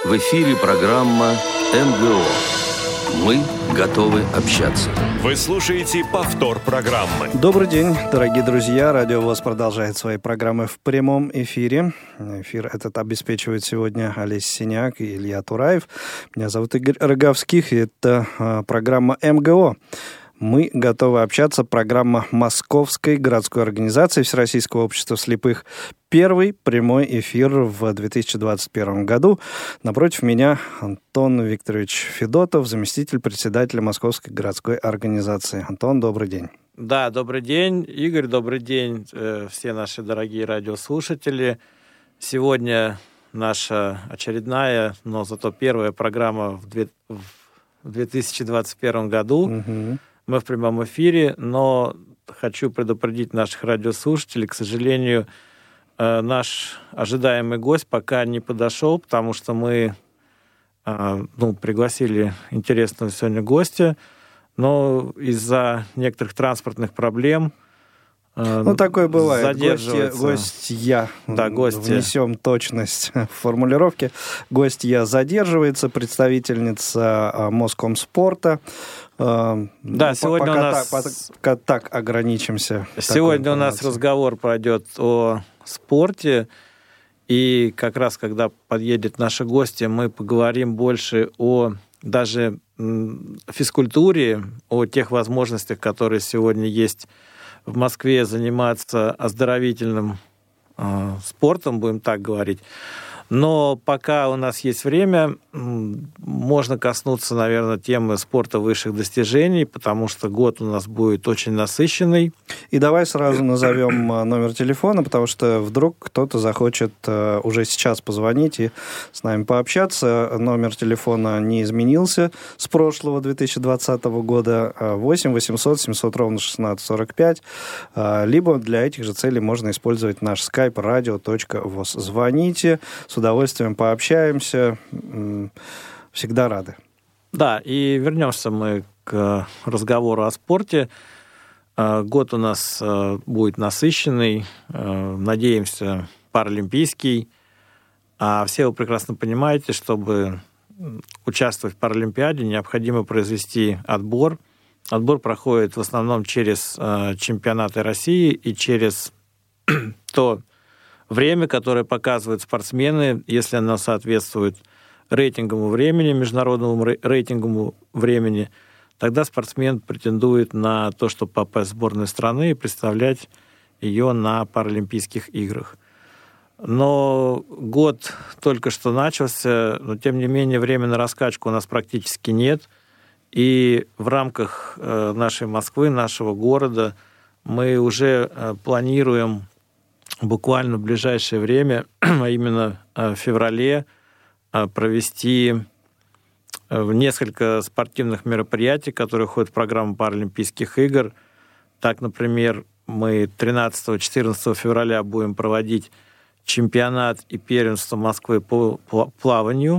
В эфире программа МГО. Мы готовы общаться. Вы слушаете повтор программы. Добрый день, дорогие друзья. Радио ВОС продолжает свои программы в прямом эфире. Эфир этот обеспечивает сегодня Олеся Синяк и Илья Тураев. Меня зовут Игорь Роговских, и это программа МГО. Мы готовы общаться. Программа Московской городской организации Всероссийского общества слепых. Первый прямой эфир в 2021 году. Напротив меня Антон Викторович Федотов, заместитель председателя Московской городской организации. Антон, добрый день. Да, добрый день, Игорь, добрый день, все наши дорогие радиослушатели. Сегодня наша очередная, но зато первая программа в 2021 году. Угу. Мы в прямом эфире, но хочу предупредить наших радиослушателей, к сожалению, наш ожидаемый гость пока не подошел, потому что мы пригласили интересного сегодня гостя, но из-за некоторых транспортных проблем такое бывает. Гостья. Внесем точность в формулировке. Гостья задерживается, представительница Москомспорта. Сегодня у нас... Пока так ограничимся. Сегодня у нас разговор пройдет о спорте. И как раз, когда подъедет наша гостья, мы поговорим больше о даже физкультуре, о тех возможностях, которые сегодня есть в Москве, заниматься оздоровительным спортом, будем так говорить. Но пока у нас есть время, можно коснуться, наверное, темы спорта высших достижений, потому что год у нас будет очень насыщенный. И давай сразу назовем номер телефона, потому что вдруг кто-то захочет уже сейчас позвонить и с нами пообщаться. Номер телефона не изменился с прошлого 2020 года. 8 800 700 ровно 1645. Либо для этих же целей можно использовать наш skype radio.voz. Звоните. С удовольствием пообщаемся. Всегда рады. Да, и вернемся мы к разговору о спорте. Год у нас будет насыщенный, надеемся, паралимпийский. А все вы прекрасно понимаете, чтобы участвовать в Паралимпиаде, необходимо произвести отбор. Отбор проходит в основном через чемпионаты России и через то время, которое показывают спортсмены, если оно соответствует рейтинговому времени, международному рейтинговому времени, тогда спортсмен претендует на то, чтобы попасть в сборную страны и представлять ее на Паралимпийских играх. Но год только что начался, но тем не менее время на раскачку у нас практически нет. И в рамках нашей Москвы, нашего города, мы уже планируем буквально в ближайшее время, а именно в феврале, провести несколько спортивных мероприятий, которые входят в программу Паралимпийских игр. Так, например, мы 13-14 февраля будем проводить чемпионат и первенство Москвы по плаванию.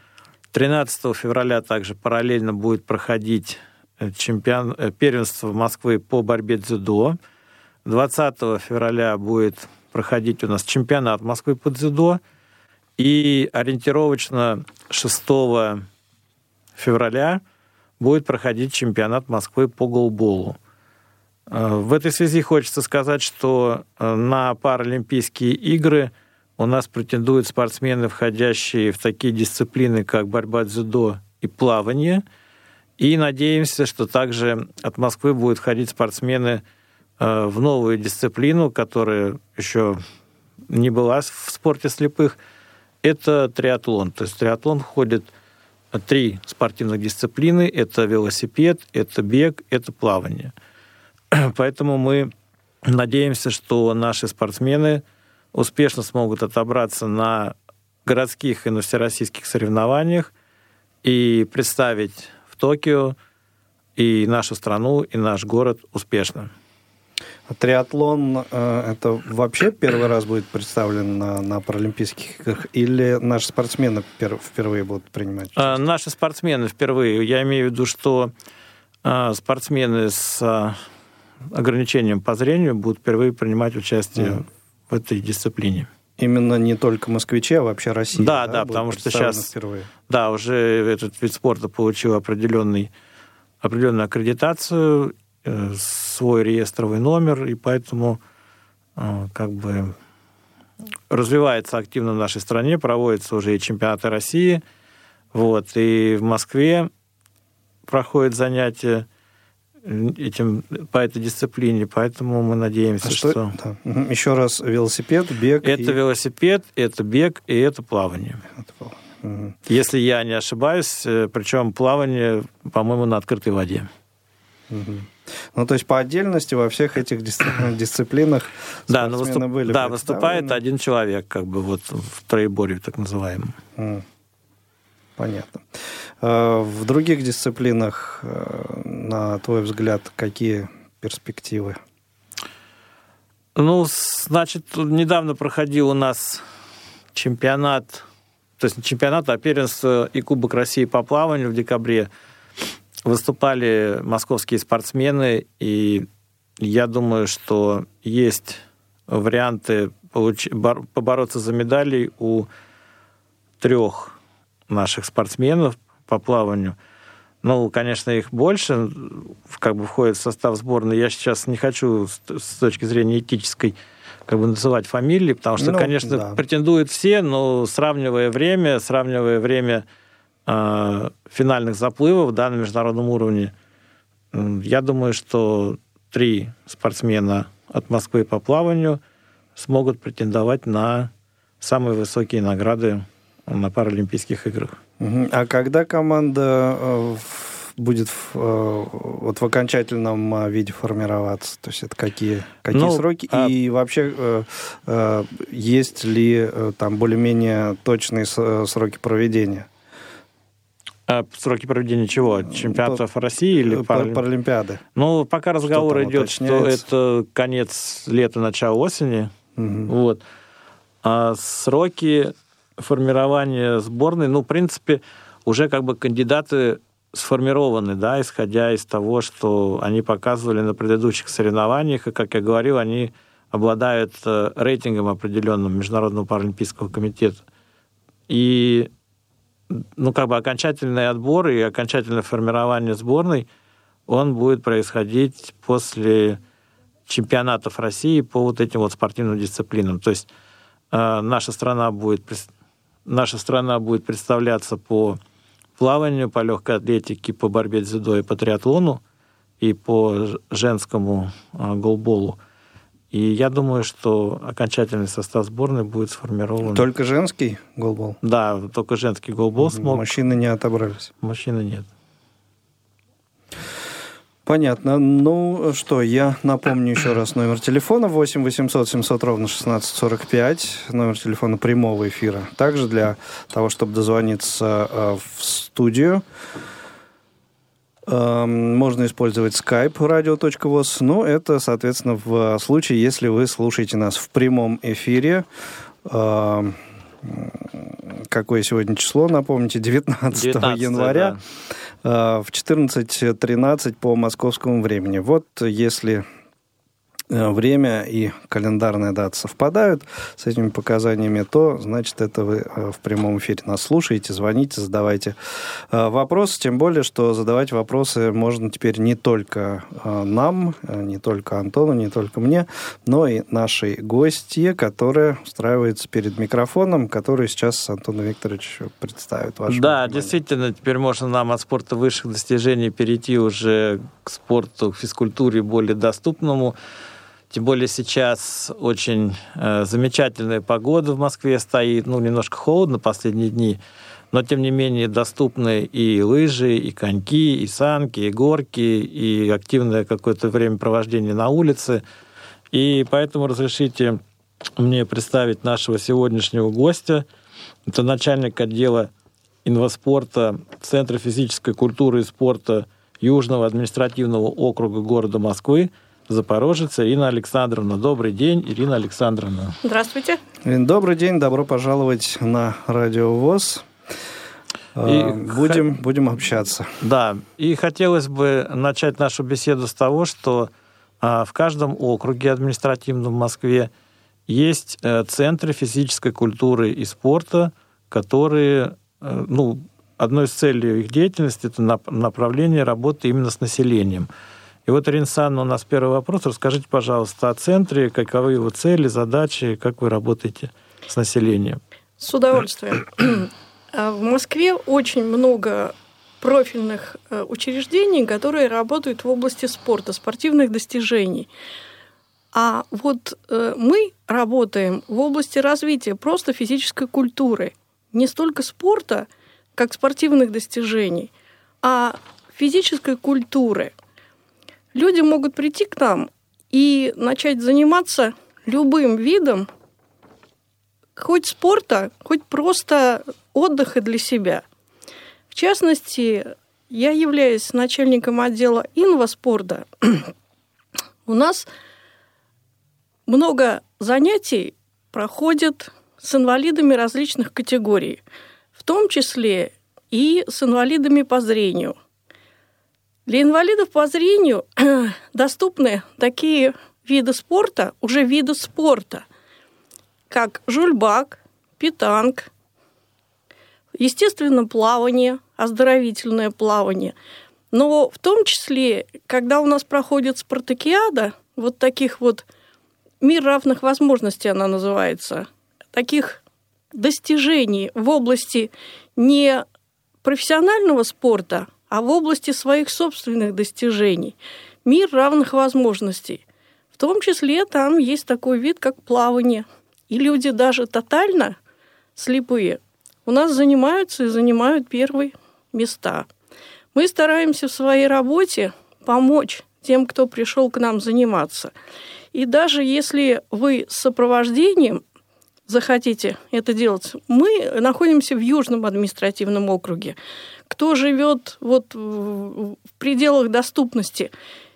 13 февраля также параллельно будет проходить первенство Москвы по борьбе дзюдо. 20 февраля будет проходить у нас чемпионат Москвы по дзюдо. И ориентировочно 6 февраля будет проходить чемпионат Москвы по голболу. В этой связи хочется сказать, что на Паралимпийские игры у нас претендуют спортсмены, входящие в такие дисциплины, как борьба дзюдо и плавание. И надеемся, что также от Москвы будут ходить спортсмены в новую дисциплину, которая еще не была в спорте слепых. Это триатлон. То есть в триатлон входит 3 спортивных дисциплины. Это велосипед, это бег, это плавание. Поэтому мы надеемся, что наши спортсмены успешно смогут отобраться на городских и на всероссийских соревнованиях и представить в Токио и нашу страну, и наш город успешно. Триатлон это вообще первый раз будет представлен на Паралимпийских играх, или наши спортсмены впервые будут принимать участие? Наши спортсмены впервые. Я имею в виду, что спортсмены с ограничением по зрению будут впервые принимать участие в этой дисциплине. именно не только москвичи, а вообще Россия. Да, потому что сейчас впервые. Да, уже этот вид спорта получил определенную аккредитацию, свой реестровый номер, и поэтому как бы развивается активно в нашей стране, проводятся уже и чемпионаты России. Вот, и в Москве проходят занятия по этой дисциплине, поэтому мы надеемся, что... Да. Еще раз, велосипед, бег... Это велосипед, это бег и это плавание. Если я не ошибаюсь, причем плавание, по-моему, на открытой воде. Ну, то есть по отдельности во всех этих дисциплинах спортсмены были. Да, выступает один человек, как бы вот в троеборье, так называемом. Понятно. В других дисциплинах, на твой взгляд, какие перспективы? Ну, значит, недавно проходил у нас чемпионат, то есть не чемпионат, а первенство и Кубок России по плаванию в декабре. Выступали московские спортсмены, и я думаю, что есть варианты побороться за медали у 3 наших спортсменов по плаванию. Ну, конечно, их больше, как бы входит в состав сборной. Я сейчас не хочу с точки зрения этической как бы называть фамилии, потому что, конечно, претендуют все, но сравнивая время финальных заплывов, да, на международном уровне, я думаю, что 3 спортсмена от Москвы по плаванию смогут претендовать на самые высокие награды на Паралимпийских играх. А когда команда будет вот в окончательном виде формироваться? То есть это какие сроки? И вообще есть ли там более-менее точные сроки проведения? Сроки проведения чего? Чемпионатов России или Паралимпиады? Ну, пока разговор идет, что это конец лета, начало осени. Вот. А сроки формирования сборной, ну, в принципе, уже как бы кандидаты сформированы, да, исходя из того, что они показывали на предыдущих соревнованиях, и, как я говорил, они обладают рейтингом определенным Международного паралимпийского комитета. И ну, как бы окончательный отбор и окончательное формирование сборной, он будет происходить после чемпионатов России по вот этим вот спортивным дисциплинам. То есть наша страна будет представляться по плаванию, по легкой атлетике, по борьбе дзюдо и по триатлону, и по женскому голболу. И я думаю, что окончательный состав сборной будет сформирован. Только женский голбол? Да, только женский голбол смог. Мужчины не отобрались? Мужчины нет. Понятно. Ну что, я напомню еще раз номер телефона 8 800 700 ровно 1645, номер телефона прямого эфира. Также для того, чтобы дозвониться в студию, можно использовать Skype radio.voz. Ну, это, соответственно, в случае, если вы слушаете нас в прямом эфире. Какое сегодня число, напомните? 19 января. Да. В 14:13 по московскому времени. Вот если время и календарная дата совпадают с этими показаниями, то, значит, это вы в прямом эфире нас слушаете, звоните, задавайте вопросы, тем более, что задавать вопросы можно теперь не только нам, не только Антону, не только мне, но и нашей гостье, которая устраивается перед микрофоном, которую сейчас Антон Викторович представит. Да, действительно, теперь можно нам от спорта высших достижений перейти уже к спорту, к физкультуре более доступному. Тем более сейчас очень замечательная погода в Москве стоит. Ну, немножко холодно последние дни, но, тем не менее, доступны и лыжи, и коньки, и санки, и горки, и активное какое-то времяпровождение на улице. И поэтому разрешите мне представить нашего сегодняшнего гостя. Это начальник отдела инваспорта Центра физической культуры и спорта Южного административного округа города Москвы, Запорожец Ирина Александровна. Добрый день, Ирина Александровна. Здравствуйте. Добрый день, добро пожаловать на Радио ВОС. Будем общаться. Да, и хотелось бы начать нашу беседу с того, что в каждом округе административном в Москве есть центры физической культуры и спорта, которые, одной из целей их деятельности – это направление работы именно с населением. И вот, Ирина Александровна, у нас первый вопрос. Расскажите, пожалуйста, о центре, каковы его цели, задачи, как вы работаете с населением. С удовольствием. В Москве очень много профильных учреждений, которые работают в области спорта, спортивных достижений. А вот мы работаем в области развития просто физической культуры. Не столько спорта, как спортивных достижений, а физической культуры. Люди могут прийти к нам и начать заниматься любым видом, хоть спорта, хоть просто отдыха для себя. В частности, я являюсь начальником отдела инваспорта. У нас много занятий проходит с инвалидами различных категорий, в том числе и с инвалидами по зрению. Для инвалидов по зрению доступны такие виды спорта, как жульбак, питанг, естественно, плавание, оздоровительное плавание. Но в том числе, когда у нас проходит спартакиада, вот таких вот «Мир равных возможностей» она называется, таких достижений в области не профессионального спорта, а в области своих собственных достижений. Мир равных возможностей. В том числе там есть такой вид, как плавание. И люди даже тотально слепые у нас занимаются и занимают первые места. Мы стараемся в своей работе помочь тем, кто пришел к нам заниматься. И даже если вы с сопровождением захотите это делать, мы находимся в Южном административном округе. Кто живет вот в пределах доступности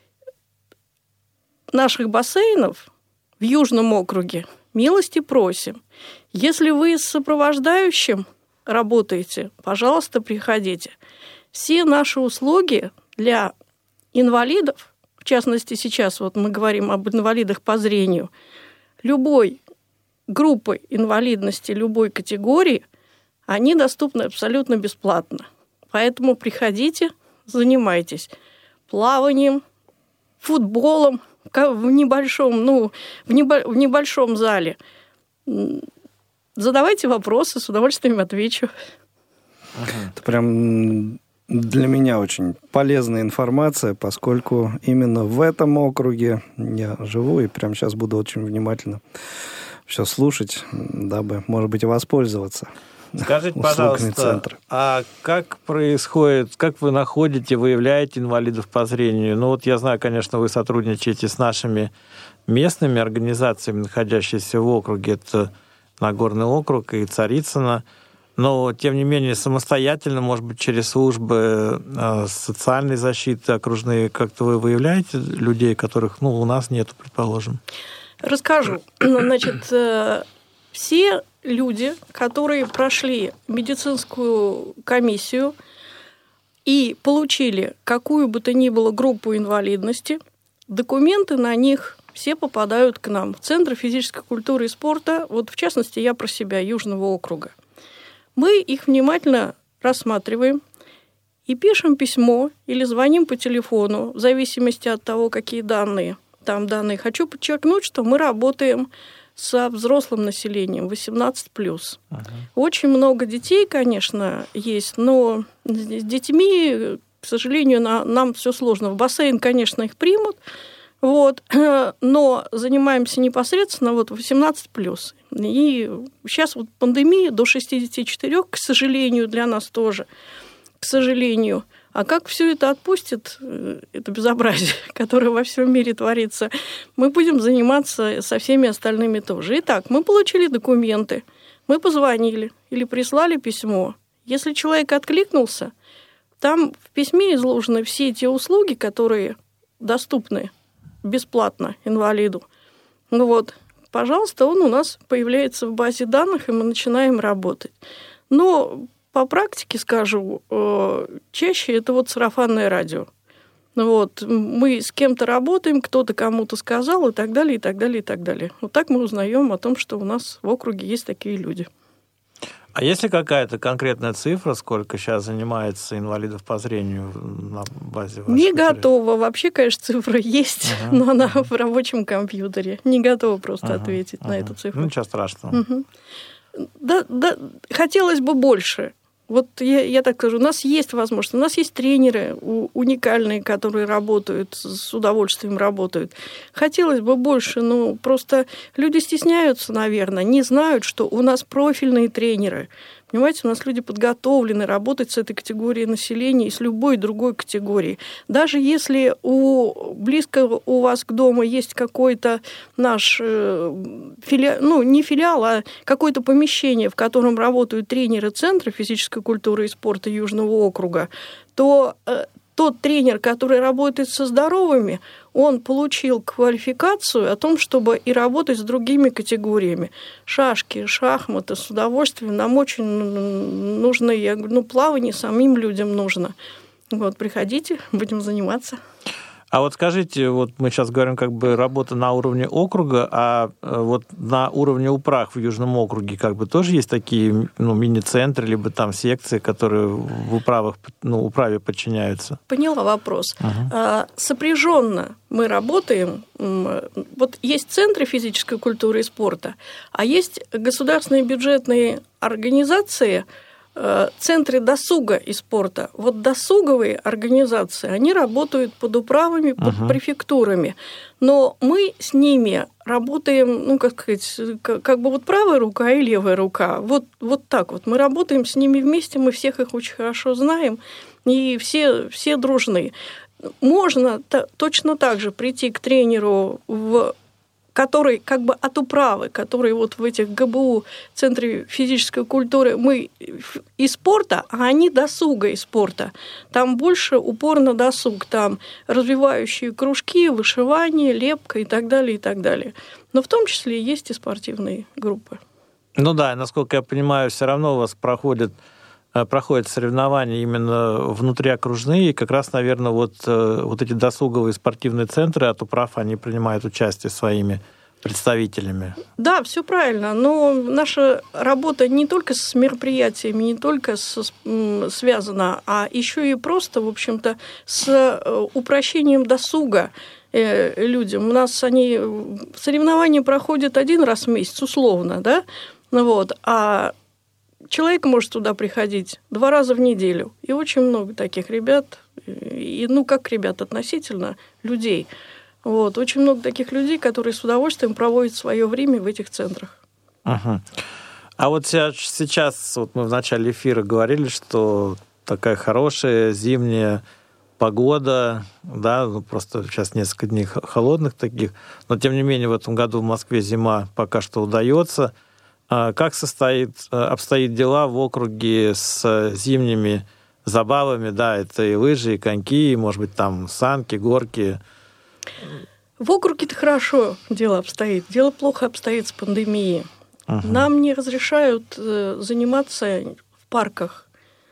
наших бассейнов в Южном округе, милости просим. Если вы с сопровождающим работаете, пожалуйста, приходите. Все наши услуги для инвалидов, в частности, сейчас вот мы говорим об инвалидах по зрению, любой группы инвалидности, любой категории, они доступны абсолютно бесплатно. Поэтому приходите, занимайтесь плаванием, футболом в небольшом зале. Задавайте вопросы, с удовольствием отвечу. Это прям для меня очень полезная информация, поскольку именно в этом округе я живу и прямо сейчас буду очень внимательно все слушать, дабы, может быть, и воспользоваться. Скажите, пожалуйста, а как происходит, как вы находите, выявляете инвалидов по зрению? Ну вот я знаю, конечно, вы сотрудничаете с нашими местными организациями, находящимися в округе, это Нагорный округ и Царицыно, но, тем не менее, самостоятельно, может быть, через службы социальной защиты окружные, как-то вы выявляете людей, которых, у нас нету, предположим? Расскажу. Значит, все люди, которые прошли медицинскую комиссию и получили какую бы то ни было группу инвалидности, документы на них все попадают к нам в Центр физической культуры и спорта, вот в частности я про себя, Южного округа. Мы их внимательно рассматриваем и пишем письмо или звоним по телефону, в зависимости от того, какие данные там данные. Хочу подчеркнуть, что мы работаем со взрослым населением, 18+. Очень много детей, конечно, есть, но с детьми, к сожалению, нам все сложно. В бассейн, конечно, их примут, но занимаемся непосредственно 18+. И сейчас пандемия до 64, к сожалению, для нас тоже, к сожалению. А как все это отпустит, это безобразие, которое во всем мире творится, мы будем заниматься со всеми остальными тоже. Итак, мы получили документы, мы позвонили или прислали письмо. Если человек откликнулся, там в письме изложены все те услуги, которые доступны бесплатно инвалиду. Пожалуйста, он у нас появляется в базе данных, и мы начинаем работать. Но по практике скажу, чаще это сарафанное радио. Вот, мы с кем-то работаем, кто-то кому-то сказал и так далее, и так далее, и так далее. Вот так мы узнаем о том, что у нас в округе есть такие люди. А есть ли какая-то конкретная цифра, сколько сейчас занимается инвалидов по зрению на базе вашего? Не готова. Вообще, конечно, цифра есть, но она в рабочем компьютере. Не готова просто ответить на эту цифру. Ну, ничего страшного. Да, хотелось бы больше. Вот я так скажу, у нас есть возможность, у нас есть тренеры уникальные, которые работают, с удовольствием работают. Хотелось бы больше, но просто люди стесняются, наверное, не знают, что у нас профильные тренеры. Понимаете, у нас люди подготовлены работать с этой категорией населения и с любой другой категорией. Даже если близко у вас к дому есть какой-то наш филиал, не филиал, а какое-то помещение, в котором работают тренеры Центра физической культуры и спорта Южного округа, то тот тренер, который работает со здоровыми, он получил квалификацию о том, чтобы и работать с другими категориями. Шашки, шахматы с удовольствием нам очень нужны. Я говорю, плавание самим людям нужно. Вот, приходите, будем заниматься. А вот скажите, вот мы сейчас говорим как бы работа на уровне округа, а вот на уровне управ в Южном округе как бы тоже есть такие мини-центры, либо там секции, которые в управе подчиняются? Поняла вопрос. Сопряженно мы работаем. Вот есть центры физической культуры и спорта, а есть государственные бюджетные организации, центры досуга и спорта. Вот досуговые организации, они работают под управами, под префектурами. Но мы с ними работаем, как бы вот правая рука и левая рука. Вот так вот. Мы работаем с ними вместе, мы всех их очень хорошо знаем, и все дружны. Можно точно так же прийти к тренеру, который как бы от управы, который вот в этих ГБУ, Центре физической культуры, мы и спорта, а они досуга и спорта. Там больше упор на досуг, там развивающие кружки, вышивание, лепка и так далее, и так далее. Но в том числе есть и спортивные группы. Ну да, насколько я понимаю, все равно у вас проходят соревнования именно внутриокружные, и как раз, наверное, вот эти досуговые спортивные центры от управ, они принимают участие своими представителями. Да, все правильно, но наша работа не только с мероприятиями, не только связана, а еще и просто, в общем-то, с упрощением досуга людям. У нас соревнования проходят один раз в месяц, условно, да, а человек может туда приходить 2 раза в неделю. И очень много таких ребят, как ребят относительно людей. Очень много таких людей, которые с удовольствием проводят свое время в этих центрах. А вот сейчас мы в начале эфира говорили, что такая хорошая зимняя погода, да, просто сейчас несколько дней холодных таких, но тем не менее в этом году в Москве зима пока что удается. Как обстоят дела в округе с зимними забавами? Да, это и лыжи, и коньки, и, может быть, там санки, горки. В округе-то хорошо дело обстоит. Дело плохо обстоит с пандемией. Нам не разрешают заниматься в парках.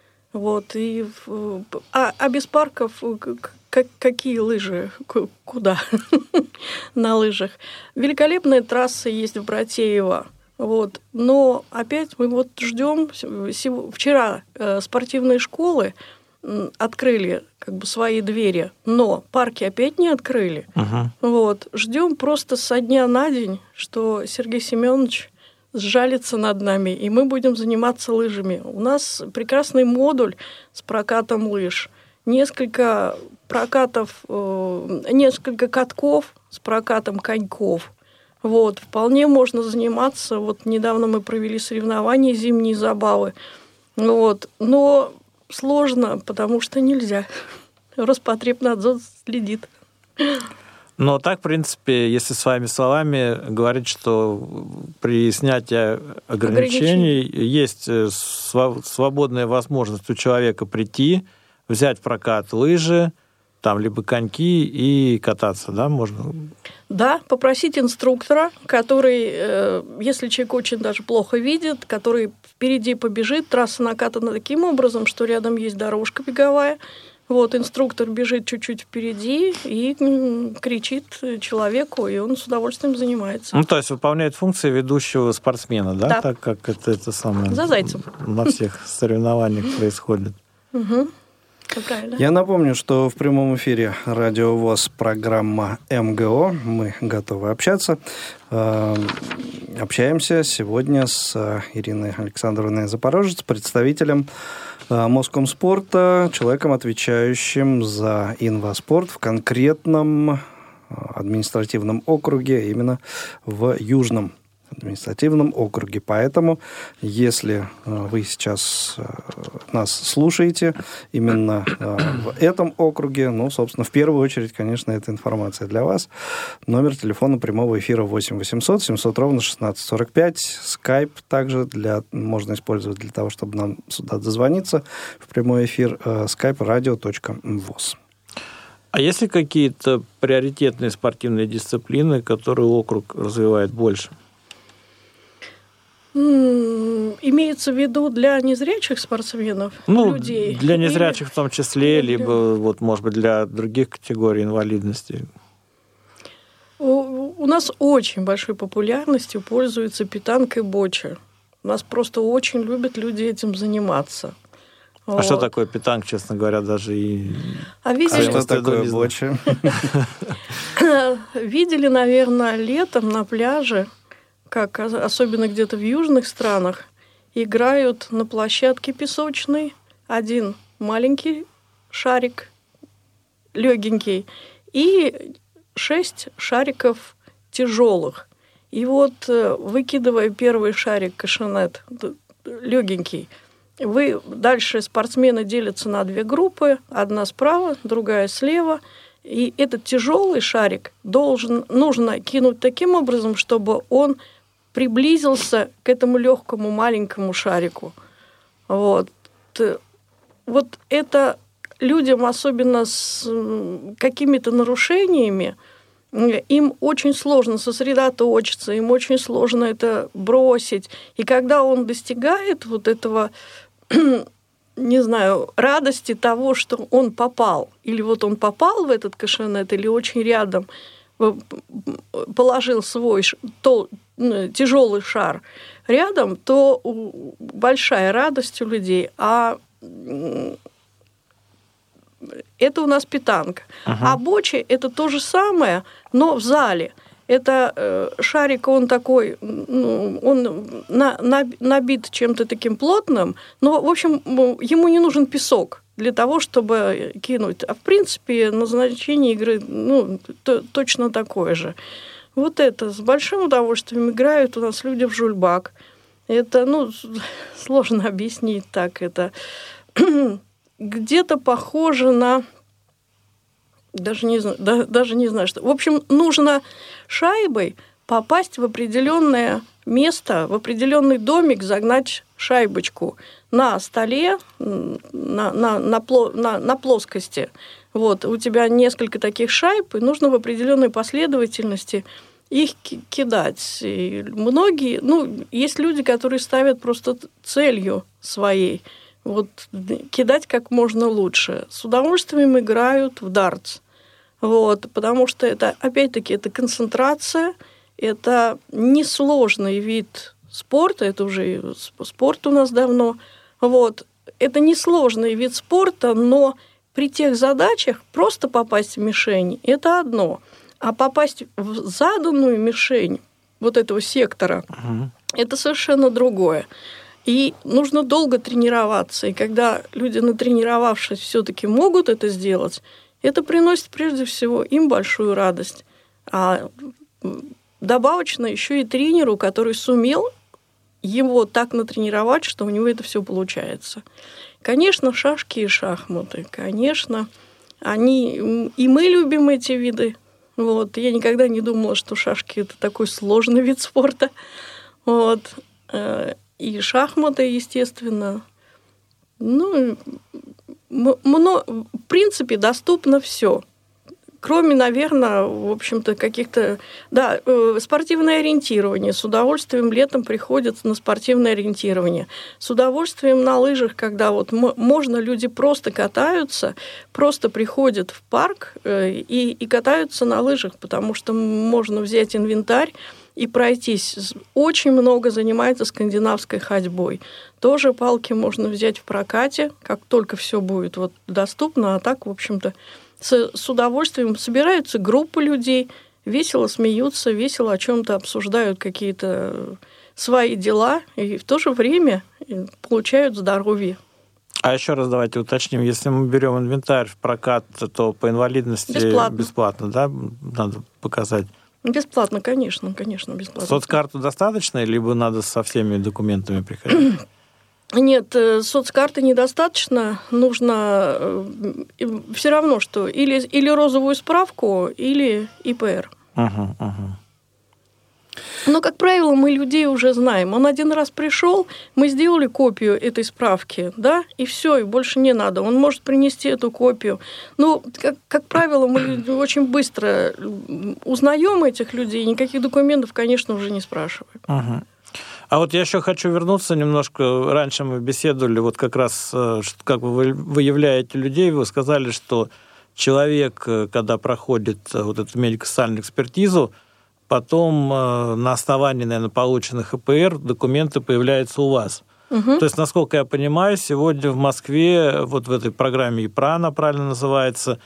А без парков какие лыжи? Куда? На лыжах. Великолепная трасса есть в Братеево. Но опять мы ждем. Вчера спортивные школы открыли свои двери, но парки опять не открыли. Ждем просто со дня на день, что Сергей Семенович сжалится над нами, и мы будем заниматься лыжами. У нас прекрасный модуль с прокатом лыж, несколько катков с прокатом коньков. Вполне можно заниматься. Недавно мы провели соревнования «Зимние забавы». Но сложно, потому что нельзя. Роспотребнадзор следит. Но так, в принципе, если своими словами говорить, что при снятии ограничений есть свободная возможность у человека прийти, взять в прокат лыжи, там либо коньки и кататься, да, можно? Да, попросить инструктора, который, если человек очень даже плохо видит, который впереди побежит, трасса накатана таким образом, что рядом есть дорожка беговая, Вот, инструктор бежит чуть-чуть впереди и кричит человеку, и он с удовольствием занимается. Ну, то есть выполняет функции ведущего спортсмена, да? Да. Так как это самое... За зайцем. На всех соревнованиях происходит. Угу. Правильно. Я напомню, что в прямом эфире Радио ВОС программа МГО. Мы готовы общаться. Общаемся сегодня с Ириной Александровной Запорожец, представителем Москомспорта, человеком, отвечающим за инваспорт в конкретном административном округе, именно в Южном административном округе. Поэтому, если вы сейчас нас слушаете именно в этом округе, ну, собственно, в первую очередь, конечно, эта информация для вас. Номер телефона прямого эфира 8 800 700 ровно 1645. Скайп также можно использовать для того, чтобы нам сюда дозвониться в прямой эфир. Skype radio.voz. А есть ли какие-то приоритетные спортивные дисциплины, которые округ развивает больше? Имеется в виду для незрячих спортсменов, людей? Для незрячих в том числе, либо, вот, может быть, для других категорий инвалидности. У нас очень большой популярностью пользуется питанка и боча. У нас просто очень любят люди этим заниматься. А что такое питанг, честно говоря, даже и... А что такое боча? Видели, наверное, летом на пляже, как особенно где-то в южных странах, играют на площадке песочной один маленький шарик, легенький, и 6 шариков тяжелых. И вот, выкидывая первый шарик кашенет, легенький, дальше спортсмены делятся на 2 группы, одна справа, другая слева. И этот тяжелый шарик нужно кинуть таким образом, чтобы он приблизился к этому легкому маленькому шарику. Вот это людям, особенно с какими-то нарушениями, им очень сложно сосредоточиться, им очень сложно это бросить. И когда он достигает вот этого, не знаю, радости того, что он попал, или вот он попал в этот кашенет, или очень рядом положил свой тяжелый шар рядом, то большая радость у людей. А это у нас питанка. А боча – это то же самое, но в зале. Это шарик, он такой, он набит чем-то таким плотным, но, в общем, ему не нужен песок для того, чтобы кинуть. А, в принципе, назначение игры точно такое же. Вот это с большим удовольствием играют у нас люди в жульбак. Это, сложно объяснить так. Это где-то похоже на... Даже не знаю, что... В общем, нужно шайбой попасть в определенное место, в определенный домик, загнать шайбочку на столе, на плоскости. Вот, у тебя несколько таких шайб, и нужно в определенной последовательности их кидать. И многие... есть люди, которые ставят просто целью своей кидать как можно лучше. С удовольствием играют в дартс. Потому что это, опять-таки, это концентрация, это несложный вид спорта, это уже спорт у нас давно. Это несложный вид спорта, но при тех задачах просто попасть в мишень – это одно. А попасть в заданную мишень этого сектора – это совершенно другое. И нужно долго тренироваться. И когда люди, натренировавшись, все-таки могут это сделать, это приносит прежде всего им большую радость. А добавочно еще и тренеру, который сумел его так натренировать, что у него это все получается. Конечно, шашки и шахматы. Конечно, и мы любим эти виды. Я никогда не думала, что шашки – это такой сложный вид спорта. И шахматы, естественно. В принципе, доступно все. Кроме, наверное, в общем-то, каких-то... Да, спортивное ориентирование. С удовольствием летом приходят на спортивное ориентирование. С удовольствием на лыжах, когда вот можно, люди просто катаются, просто приходят в парк и катаются на лыжах, потому что можно взять инвентарь и пройтись. Очень много занимается скандинавской ходьбой. Тоже палки можно взять в прокате, как только все будет вот доступно, а так, в общем-то, с удовольствием собираются группы людей, весело смеются, весело о чем-то обсуждают какие-то свои дела и в то же время получают здоровье. А еще раз давайте уточним, если мы берем инвентарь в прокат, то по инвалидности бесплатно, да, надо показать? Бесплатно, конечно, бесплатно. Соцкарту достаточно, либо надо со всеми документами приходить? Нет, соцкарты недостаточно. Нужно все равно, что или розовую справку, или ИПР. Но, как правило, мы людей уже знаем. Он один раз пришел, мы сделали копию этой справки, да, и все, и больше не надо. Он может принести эту копию. Ну, как правило, мы очень быстро узнаем этих людей, никаких документов, конечно, уже не спрашиваем. А вот я еще хочу вернуться немножко. Раньше мы беседовали, вот как раз, как вы выявляете людей, вы сказали, что человек, когда проходит вот эту медико-социальную экспертизу, потом на основании, наверное, полученных ИПР документы появляются у вас. То есть, насколько я понимаю, сегодня в Москве, вот в этой программе ИПРА, она правильно называется,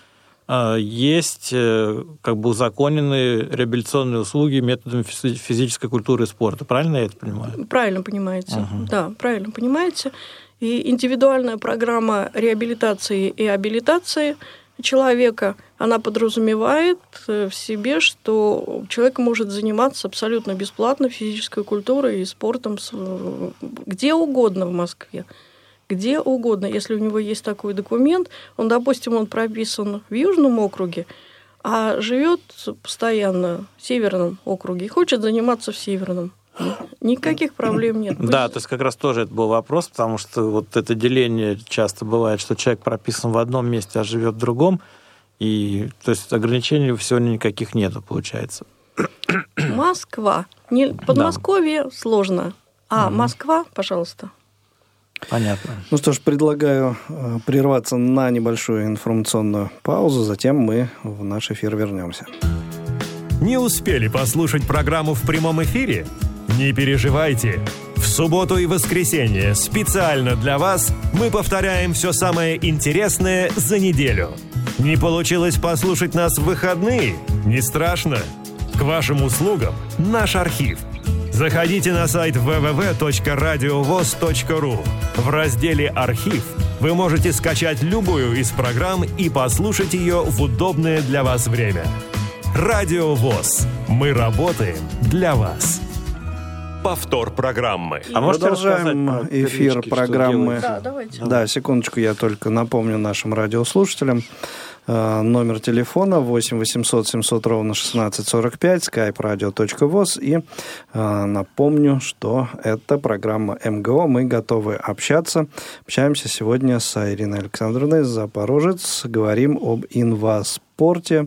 есть как бы узаконенные реабилитационные услуги методами физической культуры и спорта. Правильно я это понимаю? Правильно понимаете. Да, правильно понимаете. И индивидуальная программа реабилитации и абилитации человека, она подразумевает в себе, что человек может заниматься абсолютно бесплатно физической культурой и спортом где угодно в Москве. Где угодно, если у него есть такой документ, допустим, он прописан в Южном округе, а живет постоянно в Северном округе и хочет заниматься в Северном. Никаких проблем нет. Да, то есть как раз тоже это был вопрос, потому что вот это деление часто бывает, что человек прописан в одном месте, а живет в другом, и то есть ограничений сегодня никаких нету, получается. Москва. Подмосковье сложно, а Москва, пожалуйста. Понятно. Ну что ж, предлагаю прерваться на небольшую информационную паузу, затем мы в наш эфир вернемся. Не успели послушать программу в прямом эфире? Не переживайте. В субботу и воскресенье специально для вас мы повторяем все самое интересное за неделю. Не получилось послушать нас в выходные? Не страшно. К вашим услугам наш архив. Заходите на сайт www.radiovoz.ru. В разделе «Архив» вы можете скачать любую из программ и послушать ее в удобное для вас время. Радио ВОС. Мы работаем для вас. Повтор программы. А продолжаем эфир программы. Да, давайте. Да, секундочку, я только напомню нашим радиослушателям. Номер телефона 8 800 700 ровно 1645, skype radio.voz. И напомню, что это программа МГО. Мы готовы общаться. Общаемся сегодня с Ириной Александровной Запорожец. Говорим об инваспорте,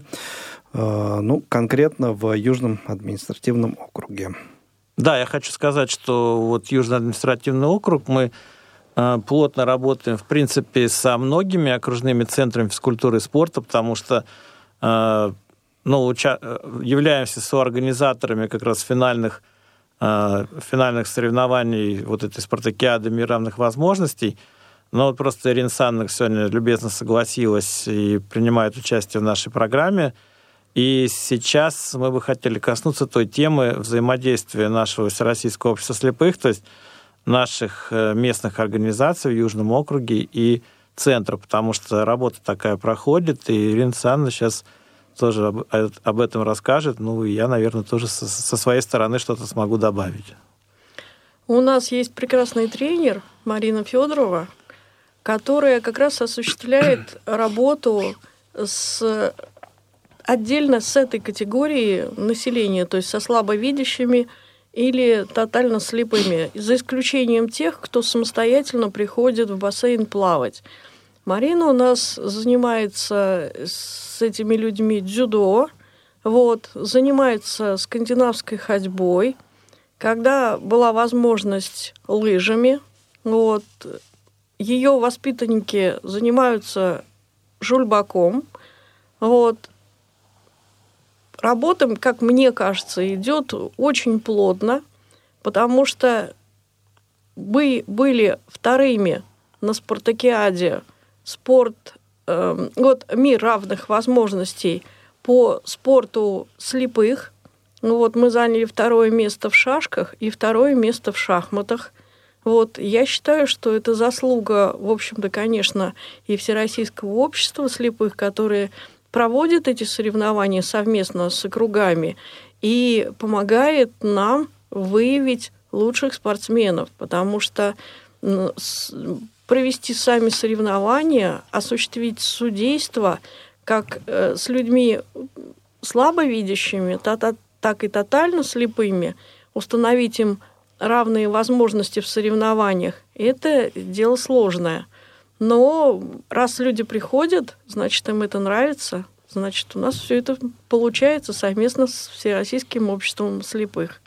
конкретно в Южном административном округе. Да, я хочу сказать, что вот Южный административный округ, мы плотно работаем, в принципе, со многими окружными центрами физкультуры и спорта, потому что являемся соорганизаторами как раз финальных соревнований вот этой спартакиады «Мир равных возможностей». Но вот просто Ирина Александровна сегодня любезно согласилась и принимает участие в нашей программе. И сейчас мы бы хотели коснуться той темы взаимодействия нашего Всероссийского общества слепых, то есть наших местных организаций в Южном округе и центра, потому что работа такая проходит, и Ирина Александровна сейчас тоже об этом расскажет. Ну, и я, наверное, тоже со своей стороны что-то смогу добавить. У нас есть прекрасный тренер Марина Федорова, которая как раз осуществляет работу отдельно с этой категорией населения, то есть со слабовидящими или тотально слепыми, за исключением тех, кто самостоятельно приходит в бассейн плавать. Марина у нас занимается с этими людьми дзюдо, вот, занимается скандинавской ходьбой. Когда была возможность лыжами, вот, ее воспитанники занимаются жульбаком. Вот. Работа, как мне кажется, идет очень плотно, потому что мы были вторыми на спартакиаде мир равных возможностей по спорту слепых. Вот, мы заняли 2 место в шашках и 2 место в шахматах. Вот, я считаю, что это заслуга, в общем-то, конечно, и Всероссийского общества слепых, которые проводят эти соревнования совместно с округами и помогает нам выявить лучших спортсменов, потому что провести сами соревнования, осуществить судейство как с людьми слабовидящими, так и тотально слепыми, установить им равные возможности в соревнованиях, это дело сложное. Но раз люди приходят, значит, им это нравится, значит, у нас все это получается совместно с Всероссийским обществом слепых.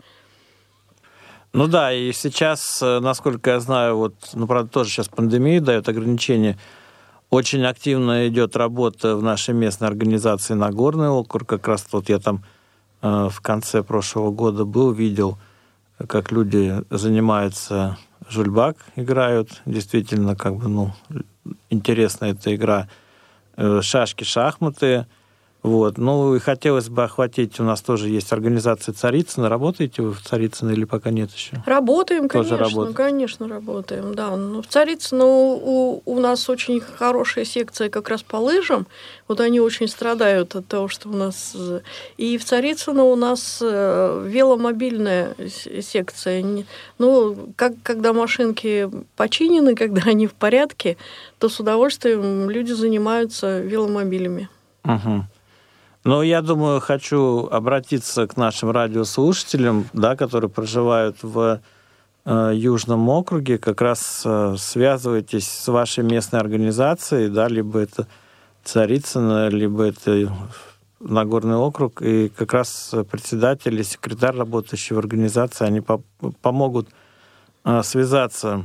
Ну да, и сейчас, насколько я знаю, вот, правда, тоже сейчас пандемия дает ограничения, очень активно идет работа в нашей местной организации Нагорный округ. Как раз вот я там в конце прошлого года был, видел, как люди занимаются, жульбак играют. Действительно, интересная эта игра. Шашки, шахматы. Вот. Ну, и хотелось бы охватить, у нас тоже есть организация Царицына. Работаете вы в Царицыно или пока нет еще? Работаем, тоже конечно, работаем, да. Но в Царицыно у нас очень хорошая секция как раз по лыжам. Вот они очень страдают от того, что у нас... И в Царицыно у нас веломобильная секция. Ну, когда машинки починены, когда они в порядке, то с удовольствием люди занимаются веломобилями. Угу. Ну, я думаю, хочу обратиться к нашим радиослушателям, да, которые проживают в Южном округе. Как раз связывайтесь с вашей местной организацией, да, либо это Царицыно, либо это Нагорный округ. И как раз председатель или секретарь, работающий в организации, они помогут связаться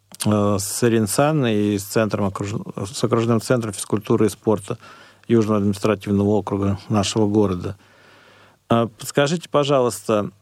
с Ринсанной и с окружным центром физкультуры и спорта Южного административного округа нашего города. Подскажите, пожалуйста,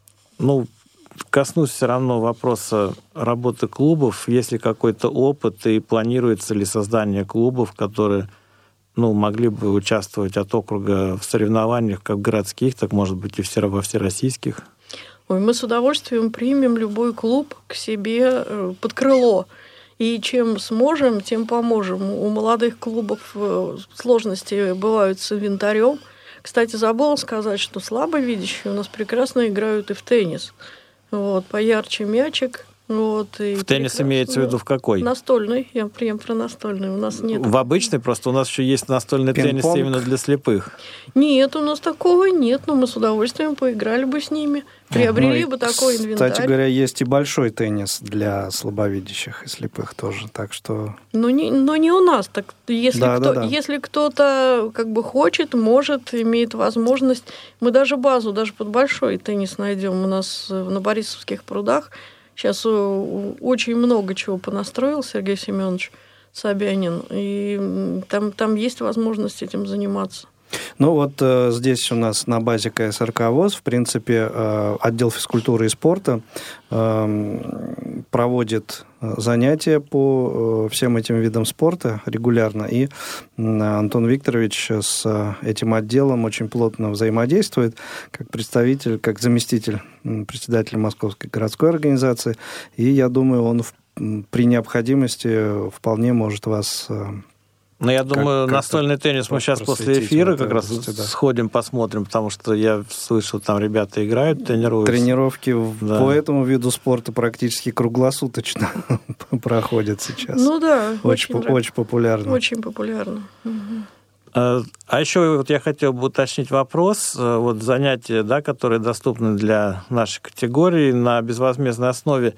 коснусь все равно вопроса работы клубов. Есть ли какой-то опыт и планируется ли создание клубов, которые могли бы участвовать от округа в соревнованиях как городских, так, может быть, и во всероссийских? Мы с удовольствием примем любой клуб к себе под крыло. И чем сможем, тем поможем. У молодых клубов сложности бывают с инвентарем. Кстати, забыла сказать, что слабовидящие у нас прекрасно играют и в теннис. Вот, поярче мячик. Вот, и в теннис имеется в виду в какой? Настольный. Я прям про настольный. У нас нет. В обычный просто у нас еще есть настольный теннис именно для слепых. Нет, у нас такого нет, но мы с удовольствием поиграли бы с ними. Приобрели бы такой инвентарь. Кстати говоря, есть и большой теннис для слабовидящих и слепых тоже, так что... Но не у нас. Так, если кто-то хочет, может, имеет возможность, мы даже базу, даже под большой теннис найдем. У нас на Борисовских прудах сейчас очень много чего понастроил Сергей Семенович Собянин, и там есть возможность этим заниматься. Здесь у нас на базе КСРК ВОС, в принципе, отдел физкультуры и спорта проводит занятия по всем этим видам спорта регулярно, и Антон Викторович с этим отделом очень плотно взаимодействует как представитель, как заместитель председателя Московской городской организации, и я думаю, он при необходимости вполне может вас... я думаю, настольный теннис мы сейчас после эфира как раз сходим, посмотрим, потому что я слышал, там ребята играют, тренируются. Тренировки по этому виду спорта практически круглосуточно проходят сейчас. Очень популярно. Очень популярно. А еще я хотел бы уточнить вопрос. Занятия, которые доступны для нашей категории на безвозмездной основе,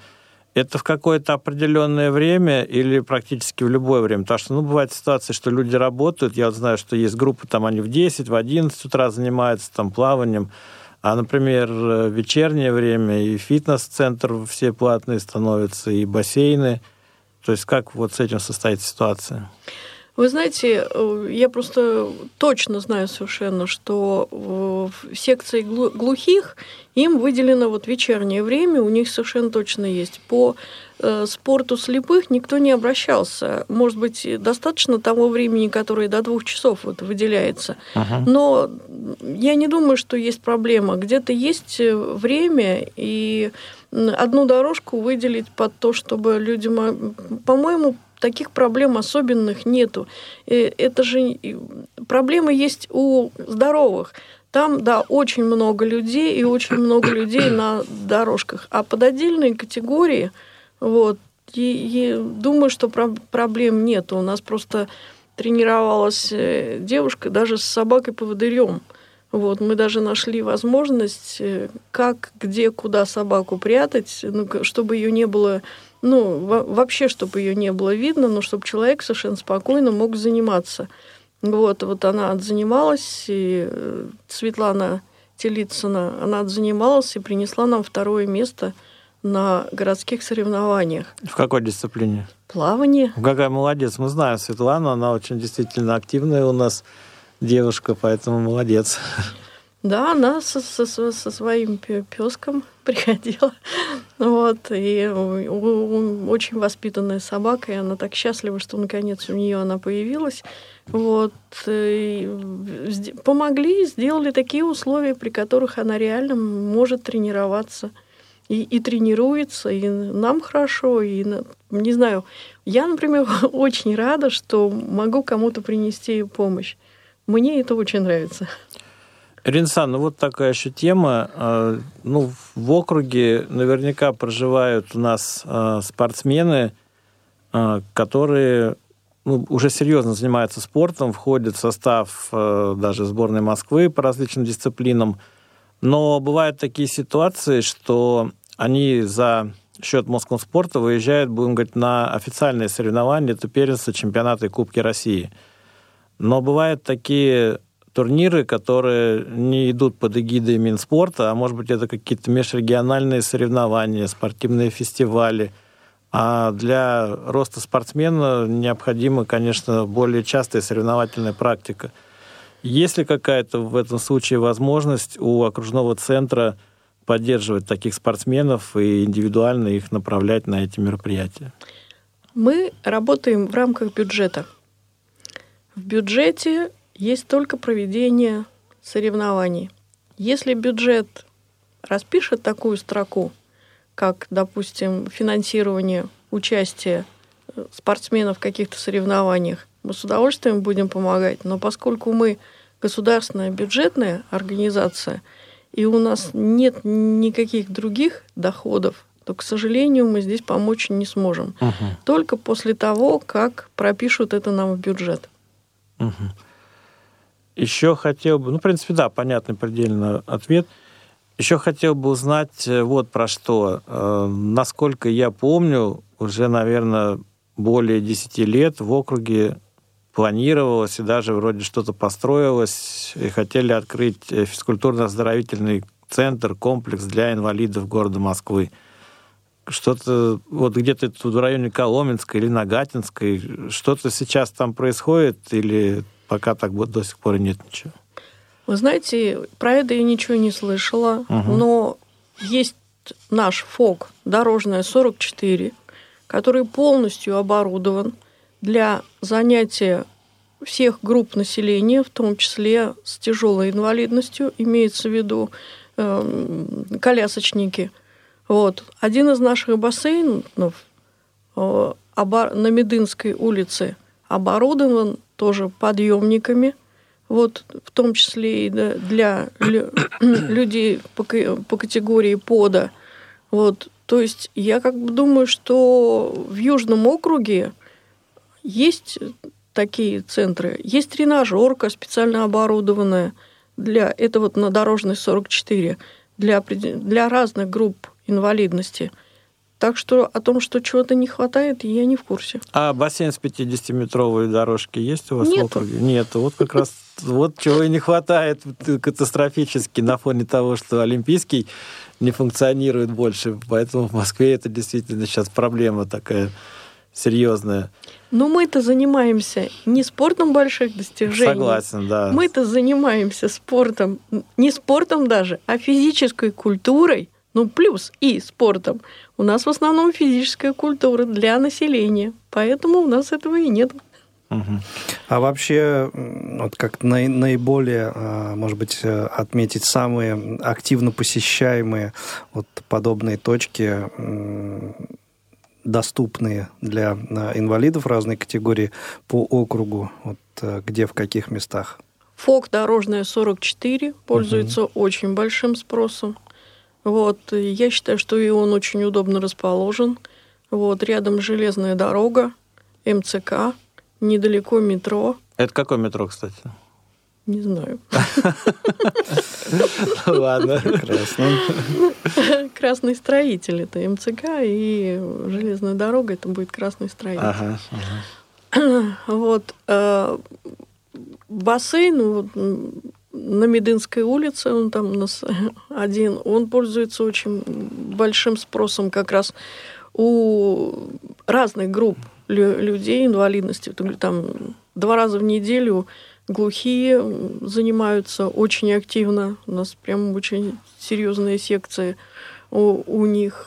это в какое-то определенное время или практически в любое время? Потому что, бывает ситуация, что люди работают, я знаю, что есть группы, там они в 10, в 11 утра занимаются там плаванием, а, например, в вечернее время и фитнес-центр все платные становятся, и бассейны. То есть как вот с этим состоит ситуация? Вы знаете, я просто точно знаю совершенно, что в секции глухих им выделено вот вечернее время, у них совершенно точно есть. По спорту слепых никто не обращался. Может быть, достаточно того времени, которое до 2 часов вот выделяется. Но я не думаю, что есть проблема. Где-то есть время, и одну дорожку выделить под то, чтобы люди, по-моему, таких проблем особенных нету. Это же проблемы есть у здоровых. Там, да, очень много людей и очень много людей на дорожках. А под отдельные категории, вот, и думаю, что проблем нету. У нас просто тренировалась девушка даже с собакой-поводырем. Вот, мы даже нашли возможность, как, где, куда собаку прятать, чтобы ее не было... вообще, чтобы ее не было видно, но чтобы человек совершенно спокойно мог заниматься. Вот она отзанималась, и Светлана Телицына, она отзанималась и принесла нам 2 место на городских соревнованиях. В какой дисциплине? Плавание. Какая молодец. Мы знаем Светлану, она очень действительно активная у нас девушка, поэтому молодец. Да, она со своим пёском приходила. Вот, и очень воспитанная собака, и она так счастлива, что наконец у нее она появилась. Вот, помогли, сделали такие условия, при которых она реально может тренироваться. И тренируется, и нам хорошо, и, не знаю, я, например, очень рада, что могу кому-то принести помощь. Мне это очень нравится. Ирина Александровна, вот такая еще тема. В округе наверняка проживают у нас спортсмены, которые уже серьезно занимаются спортом, входят в состав даже сборной Москвы по различным дисциплинам. Но бывают такие ситуации, что они за счет Москомспорта выезжают, будем говорить, на официальные соревнования, это первенства, чемпионаты и Кубки России. Но бывают такие турниры, которые не идут под эгидой Минспорта, а может быть, это какие-то межрегиональные соревнования, спортивные фестивали. А для роста спортсмена необходима, конечно, более частая соревновательная практика. Есть ли какая-то в этом случае возможность у окружного центра поддерживать таких спортсменов и индивидуально их направлять на эти мероприятия? Мы работаем в рамках бюджета. В бюджете есть только проведение соревнований. Если бюджет распишет такую строку, как, допустим, финансирование участия спортсменов в каких-то соревнованиях, мы с удовольствием будем помогать. Но поскольку мы государственная бюджетная организация, и у нас нет никаких других доходов, то, к сожалению, мы здесь помочь не сможем. Только после того, как пропишут это нам в бюджет. Еще хотел бы, в принципе, да, понятный предельно ответ. Еще хотел бы узнать вот про что. Насколько я помню, уже, наверное, более 10 лет в округе планировалось и даже вроде что-то построилось, и хотели открыть физкультурно-оздоровительный центр, комплекс для инвалидов города Москвы. Что-то вот где-то тут в районе Коломенской или Нагатинской, что-то сейчас там происходит или пока так вот до сих пор и нет ничего? Вы знаете, про это я ничего не слышала, но есть наш ФОК «Дорожная 44», который полностью оборудован для занятия всех групп населения, в том числе с тяжелой инвалидностью, имеется в виду колясочники. Вот. Один из наших бассейнов на Медынской улице оборудован тоже подъемниками, вот, в том числе и для людей по категории пода. Вот. То есть я думаю, что в Южном округе есть такие центры. Есть тренажерка специально оборудованная это вот на Дорожной 44 для разных групп инвалидности. Так что о том, что чего-то не хватает, я не в курсе. А бассейн с 50-метровой дорожки есть у вас Нету. в округе? Нету. Вот как раз вот чего и не хватает катастрофически на фоне того, что Олимпийский не функционирует больше. Поэтому в Москве это действительно сейчас проблема такая серьезная. Но мы-то занимаемся не спортом больших достижений. Согласен, да. Мы-то занимаемся спортом, не спортом даже, а физической культурой, ну плюс и спортом. У нас в основном физическая культура для населения, поэтому у нас этого и нет. А вообще, вот как наиболее, может быть, отметить самые активно посещаемые вот подобные точки, доступные для инвалидов разной категории по округу, вот где, в каких местах? ФОК «Дорожная 44» пользуется очень большим спросом. Вот, я считаю, что и он очень удобно расположен. Вот, рядом железная дорога, МЦК, недалеко метро. Это какое метро, кстати? Не знаю. Ладно. Прекрасно. Красный строитель – это МЦК, и железная дорога – это будет красный строитель. Вот. Бассейн вот, на Медынской улице, он там у нас один, он пользуется очень большим спросом как раз у разных групп людей инвалидности. Там 2 раза в неделю глухие занимаются очень активно. У нас прям очень серьезные секции у них.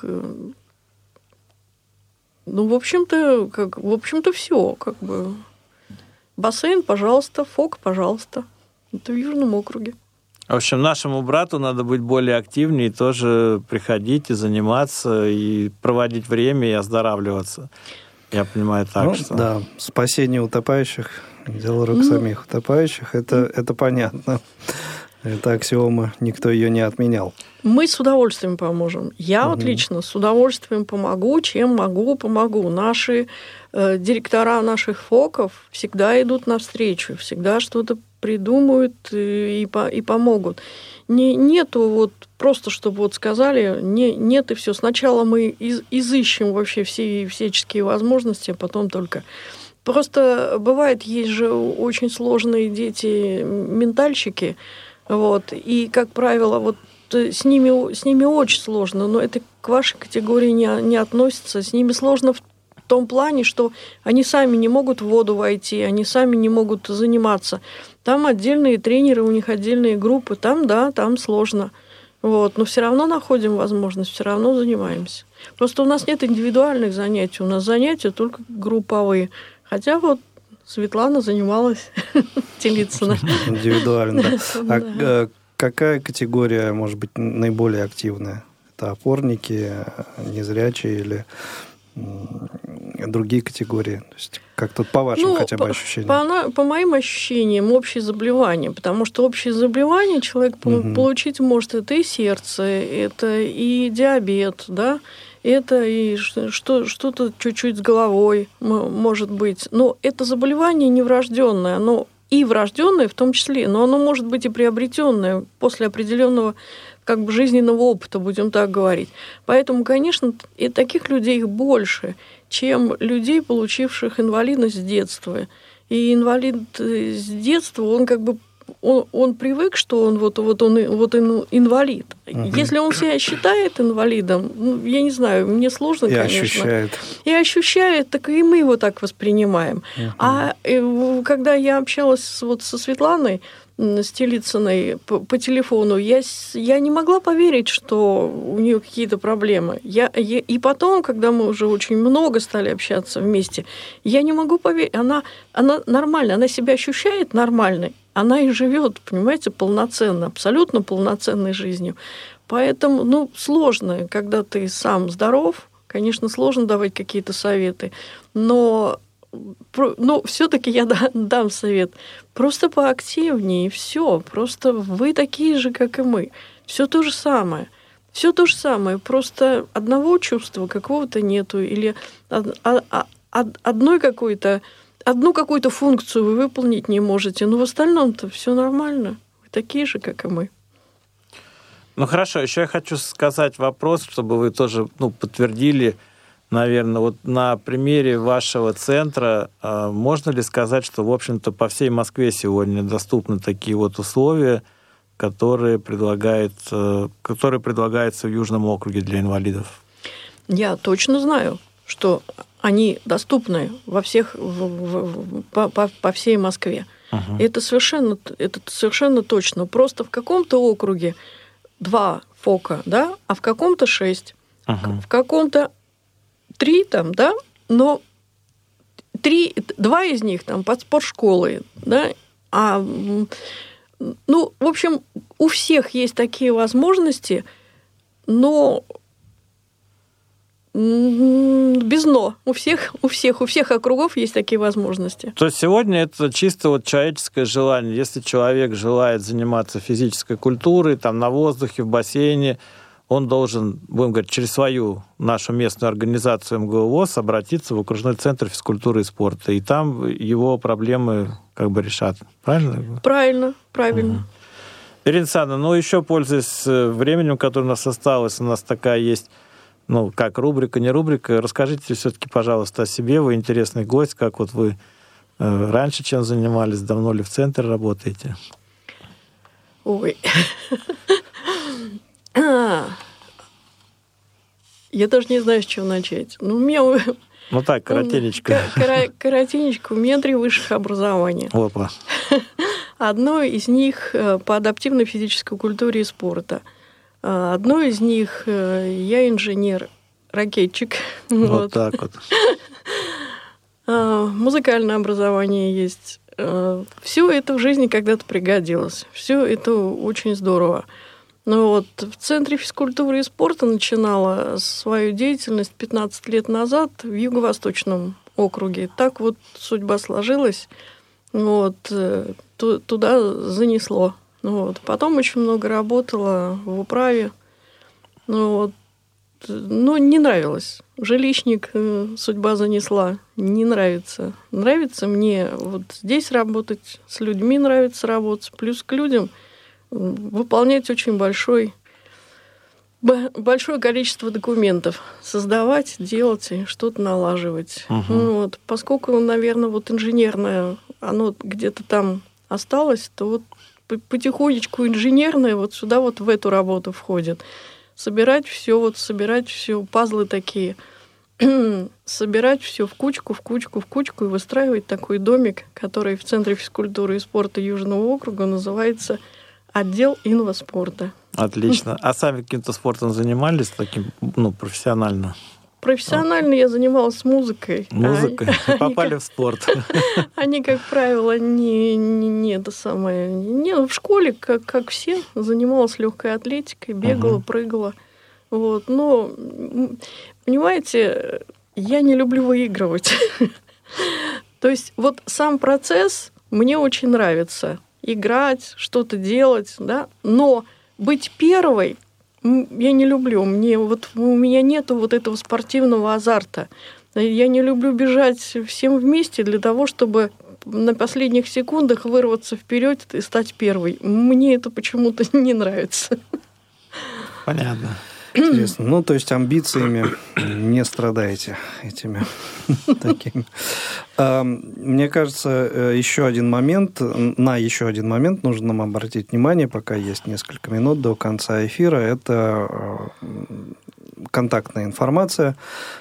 Ну, в общем-то, все. Как бы. Бассейн, пожалуйста, ФОК, пожалуйста. Это в Южном округе. В общем, нашему брату надо быть более активнее, тоже приходить и заниматься, и проводить время, и оздоравливаться. Я понимаю так, ну, что... Да, спасение утопающих, дело рук самих утопающих, это понятно. Это аксиома, никто ее не отменял. Мы с удовольствием поможем. Я вот лично с удовольствием помогу, чем могу, помогу. Наши директора наших ФОКов всегда идут навстречу, всегда что-то придумают и помогут. Нету вот просто, чтобы вот сказали, нет и все. Сначала мы изыщем вообще все всяческие возможности, а потом только... Просто бывает, есть же очень сложные дети-ментальщики, вот, и, как правило, вот с ними очень сложно, но это к вашей категории не относится. С ними сложно в том плане, что они сами не могут в воду войти, они сами не могут заниматься. Там отдельные тренеры, у них отдельные группы, там сложно. Вот, но все равно находим возможность, все равно занимаемся. Просто у нас нет индивидуальных занятий, у нас занятия только групповые. Хотя вот Светлана занималась Телицына. Индивидуально, да. А какая категория, может быть, наиболее активная? Это опорники, незрячие или другие категории? То есть как тут по вашим хотя бы ощущениям? По моим ощущениям, общие заболевания. Потому что общие заболевания человек получить может. Это и сердце, это и диабет, да? Это и что-то чуть-чуть с головой может быть. Но это заболевание не врожденное, оно и врожденное в том числе, но оно может быть и приобретенное после определенного как бы жизненного опыта, будем так говорить. Поэтому, конечно, и таких людей больше, чем людей, получивших инвалидность с детства. И инвалид с детства, он как бы он привык, что он он инвалид. Если он себя считает инвалидом, я не знаю, мне сложно, конечно. И ощущает, так и мы его так воспринимаем. А когда я общалась со Светланой, с Телицыной по телефону, я не могла поверить, что у нее какие-то проблемы. И потом, когда мы уже очень много стали общаться вместе, я не могу поверить. Она нормально, она себя ощущает нормальной, она и живет, понимаете, полноценно, абсолютно полноценной жизнью. Поэтому, сложно, когда ты сам здоров, конечно, сложно давать какие-то советы, но все-таки я дам совет. Просто поактивнее, и все. Просто вы такие же, как и мы. Все то же самое. Все то же самое. Просто одного чувства какого-то нету. Или одну какую-то функцию вы выполнить не можете. Но в остальном-то все нормально. Вы такие же, как и мы. Ну хорошо, еще я хочу сказать вопрос, чтобы вы тоже подтвердили, наверное, вот на примере вашего центра можно ли сказать, что, в общем-то, по всей Москве сегодня доступны такие вот условия, которые предлагаются в Южном округе для инвалидов? Я точно знаю, что они доступны во всех, по всей Москве. Угу. Это совершенно точно. Просто в каком-то округе 2 ФОКа, да, а в каком-то 6. Угу. В каком-то 3 там, да, но 2 из них там под спортшколой, да, в общем, у всех есть такие возможности, но без «но». У всех округов есть такие возможности. То есть сегодня это чисто вот человеческое желание. Если человек желает заниматься физической культурой, там на воздухе, в бассейне, он должен, будем говорить, через свою нашу местную организацию МГУ ВОС обратиться в окружной центр физкультуры и спорта. И там его проблемы как бы решат. Правильно? Правильно. Угу. Ирина Александровна, еще пользуясь временем, которое у нас осталось, у нас такая есть, как рубрика, не рубрика. Расскажите все-таки, пожалуйста, о себе. Вы интересный гость. Как вот вы раньше чем занимались? Давно ли в центре работаете? Ой. Я даже не знаю, с чего начать. Коротенечко. Коротенечко. У меня 3 высших образования. Опа. Одно из них по адаптивной физической культуре и спорта. Одно из них я инженер-ракетчик. Вот так вот. Музыкальное образование есть. Все это в жизни когда-то пригодилось. Все это очень здорово. В Центре физкультуры и спорта начинала свою деятельность 15 лет назад в Юго-Восточном округе. Так вот судьба сложилась. Туда занесло. Потом очень много работала в управе. Не нравилось. Жилищник, судьба занесла. Не нравится. Нравится мне здесь работать, с людьми нравится работать, плюс к людям выполнять очень большое количество документов. Создавать, делать и что-то налаживать. Угу. Поскольку, наверное, инженерное, оно где-то там осталось, то потихонечку инженерное сюда в эту работу входит. Собирать все, пазлы такие, собирать все в кучку и выстраивать такой домик, который в Центре физкультуры и спорта Южного округа называется «Отдел инваспорта». Отлично. А сами каким-то спортом занимались таким, профессионально? Профессионально я занималась музыкой. Музыкой? Попали в спорт. Они, как правило, не в школе, как все, занималась легкой атлетикой, бегала, прыгала. Но, понимаете, я не люблю выигрывать. То есть сам процесс мне очень нравится. Играть, что-то делать, да, но быть первой я не люблю. У меня нету этого спортивного азарта. Я не люблю бежать всем вместе для того, чтобы на последних секундах вырваться вперед и стать первой. Мне это почему-то не нравится. Понятно. Интересно. То есть амбициями не страдаете этими такими. Мне кажется, на еще один момент нужно нам обратить внимание, пока есть несколько минут до конца эфира. Это контактная информация,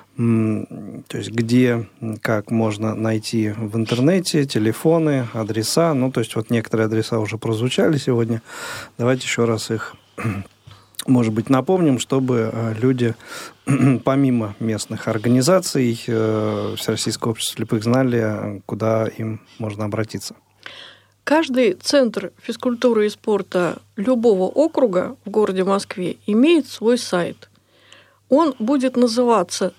то есть где, как можно найти в интернете, телефоны, адреса. То есть некоторые адреса уже прозвучали сегодня. Давайте еще раз их, может быть, напомним, чтобы люди, помимо местных организаций, Всероссийского общества слепых, знали, куда им можно обратиться. Каждый центр физкультуры и спорта любого округа в городе Москве имеет свой сайт. Он будет называться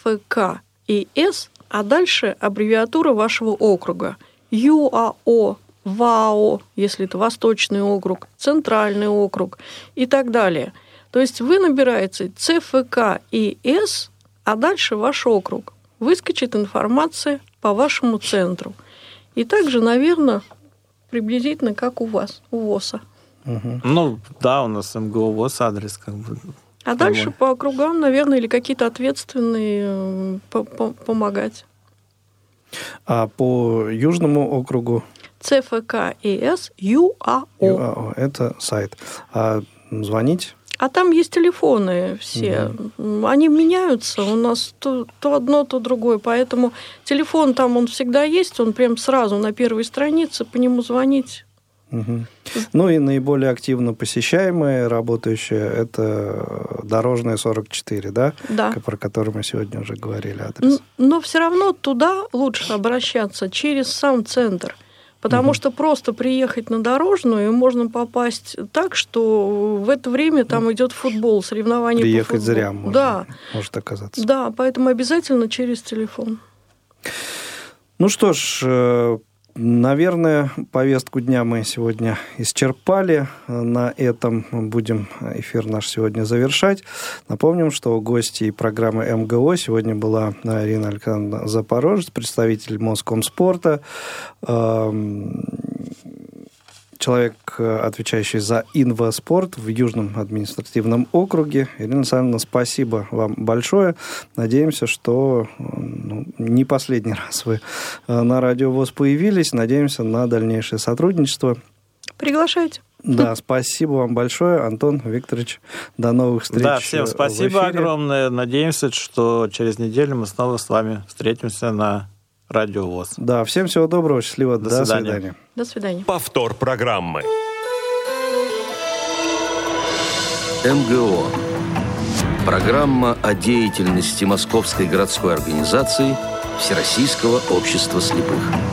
ЦФКИС, а дальше аббревиатура вашего округа. ЮАО, ВАО, если это Восточный округ, Центральный округ и так далее. То есть вы набираете ЦФКИС, а дальше ваш округ. Выскочит информация по вашему центру. И также, наверное, приблизительно как у вас, у ВОСа. Ну, да, у нас МГО ВОС адрес как бы. А дальше по округам, наверное, или какие-то ответственные помогать. А по Южному округу? ЦФКИС ЮАО. ЮАО, это сайт. А звонить? А там есть телефоны все. Они меняются. У нас то одно, то другое. Поэтому телефон там, он всегда есть. Он прям сразу на первой странице. По нему звонить. Ну и наиболее активно посещаемые, работающие, это Дорожная 44, да? Да. Про который мы сегодня уже говорили адрес. Но все равно туда лучше обращаться через сам центр. Потому что просто приехать на Дорожную можно попасть так, что в это время там идет футбол, соревнования приехать по футболу. Зря можно, да. Может оказаться. Да, поэтому обязательно через телефон. Ну что ж, наверное, повестку дня мы сегодня исчерпали. На этом будем эфир наш сегодня завершать. Напомним, что гостьей программы МГО сегодня была Ирина Александровна Запорожец, представитель Москомспорта, человек, отвечающий за инваспорт в Южном административном округе. Ирина Александровна, спасибо вам большое. Надеемся, что не последний раз вы на Радио ВОС появились. Надеемся на дальнейшее сотрудничество. Приглашайте. Да, спасибо вам большое, Антон Викторович. До новых встреч. Да, всем спасибо огромное. Надеемся, что через неделю мы снова с вами встретимся на Радио ВОС. Да, всем всего доброго, счастливо. До свидания. До свидания. Повтор программы. МГО. Программа о деятельности Московской городской организации Всероссийского общества слепых.